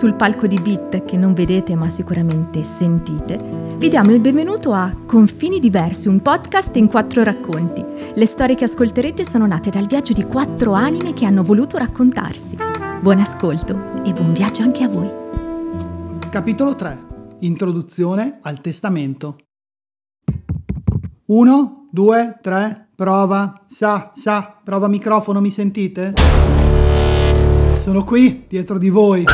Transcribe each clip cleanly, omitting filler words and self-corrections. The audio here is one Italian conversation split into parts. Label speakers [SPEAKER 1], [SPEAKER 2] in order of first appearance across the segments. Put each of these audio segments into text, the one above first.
[SPEAKER 1] sul palco di Beat, che non vedete ma sicuramente sentite, vi diamo il benvenuto a Confini Diversi, un podcast in 4 racconti. Le storie che ascolterete sono nate dal viaggio di 4 anime che hanno voluto raccontarsi. Buon ascolto e buon viaggio anche a voi.
[SPEAKER 2] Capitolo 3. Introduzione al testamento. 1, 2, 3, prova, prova microfono, mi sentite? Sono qui, dietro di voi.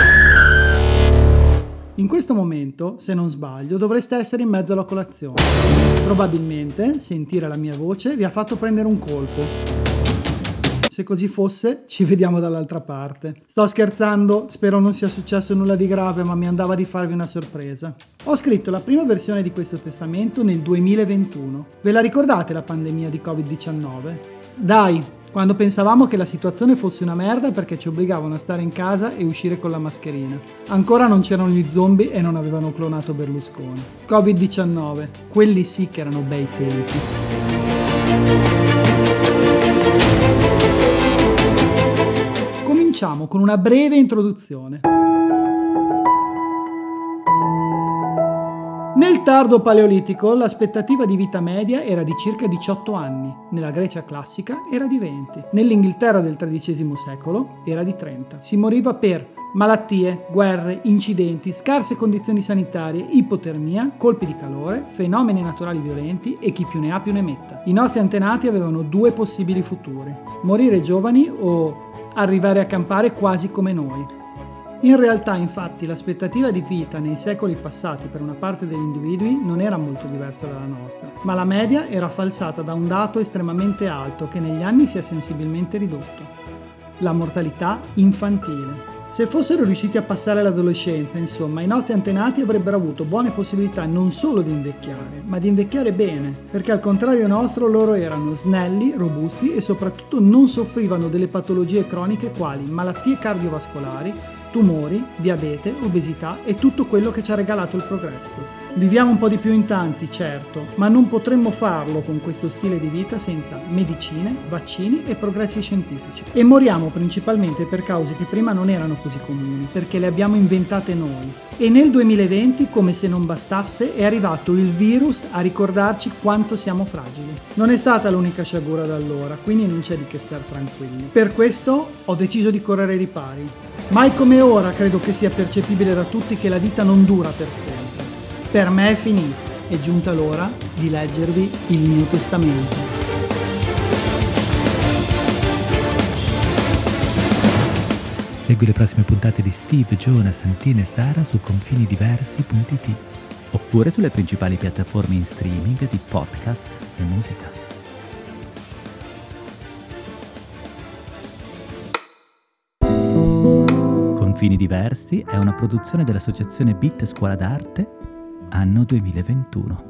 [SPEAKER 2] In questo momento, se non sbaglio, dovreste essere in mezzo alla colazione. Probabilmente, sentire la mia voce vi ha fatto prendere un colpo. Se così fosse, ci vediamo dall'altra parte. Sto scherzando, spero non sia successo nulla di grave, ma mi andava di farvi una sorpresa. Ho scritto la prima versione di questo testamento nel 2021. Ve la ricordate la pandemia di Covid-19? Dai, quando pensavamo che la situazione fosse una merda perché ci obbligavano a stare in casa e uscire con la mascherina. Ancora non c'erano gli zombie e non avevano clonato Berlusconi. Covid-19, quelli sì che erano bei tempi. Cominciamo con una breve introduzione. Nel tardo Paleolitico l'aspettativa di vita media era di circa 18 anni, nella Grecia classica era di 20, nell'Inghilterra del XIII secolo era di 30. Si moriva per malattie, guerre, incidenti, scarse condizioni sanitarie, ipotermia, colpi di calore, fenomeni naturali violenti e chi più ne ha più ne metta. I nostri antenati avevano 2 possibili futuri: morire giovani o arrivare a campare quasi come noi. In realtà, infatti, l'aspettativa di vita nei secoli passati per una parte degli individui non era molto diversa dalla nostra, ma la media era falsata da un dato estremamente alto che negli anni si è sensibilmente ridotto: la mortalità infantile. Se fossero riusciti a passare l'adolescenza, insomma, i nostri antenati avrebbero avuto buone possibilità non solo di invecchiare, ma di invecchiare bene, perché al contrario nostro loro erano snelli, robusti e soprattutto non soffrivano delle patologie croniche quali malattie cardiovascolari, tumori, diabete, obesità e tutto quello che ci ha regalato il progresso. Viviamo un po' di più in tanti, certo, ma non potremmo farlo con questo stile di vita senza medicine, vaccini e progressi scientifici. E moriamo principalmente per cause che prima non erano così comuni, perché le abbiamo inventate noi. E nel 2020, come se non bastasse, è arrivato il virus a ricordarci quanto siamo fragili. Non è stata l'unica sciagura da allora, quindi non c'è di che star tranquilli. Per questo ho deciso di correre ai ripari. Mai come ora credo che sia percepibile da tutti che la vita non dura per sempre. Per me è finita, è giunta l'ora di leggervi il mio testamento.
[SPEAKER 3] Segui le prossime puntate di Steve, Giona, Santina e Sara su confinidiversi.it oppure sulle principali piattaforme in streaming di podcast e musica. Confini Diversi è una produzione dell'associazione Beat Scuola d'Arte, anno 2021.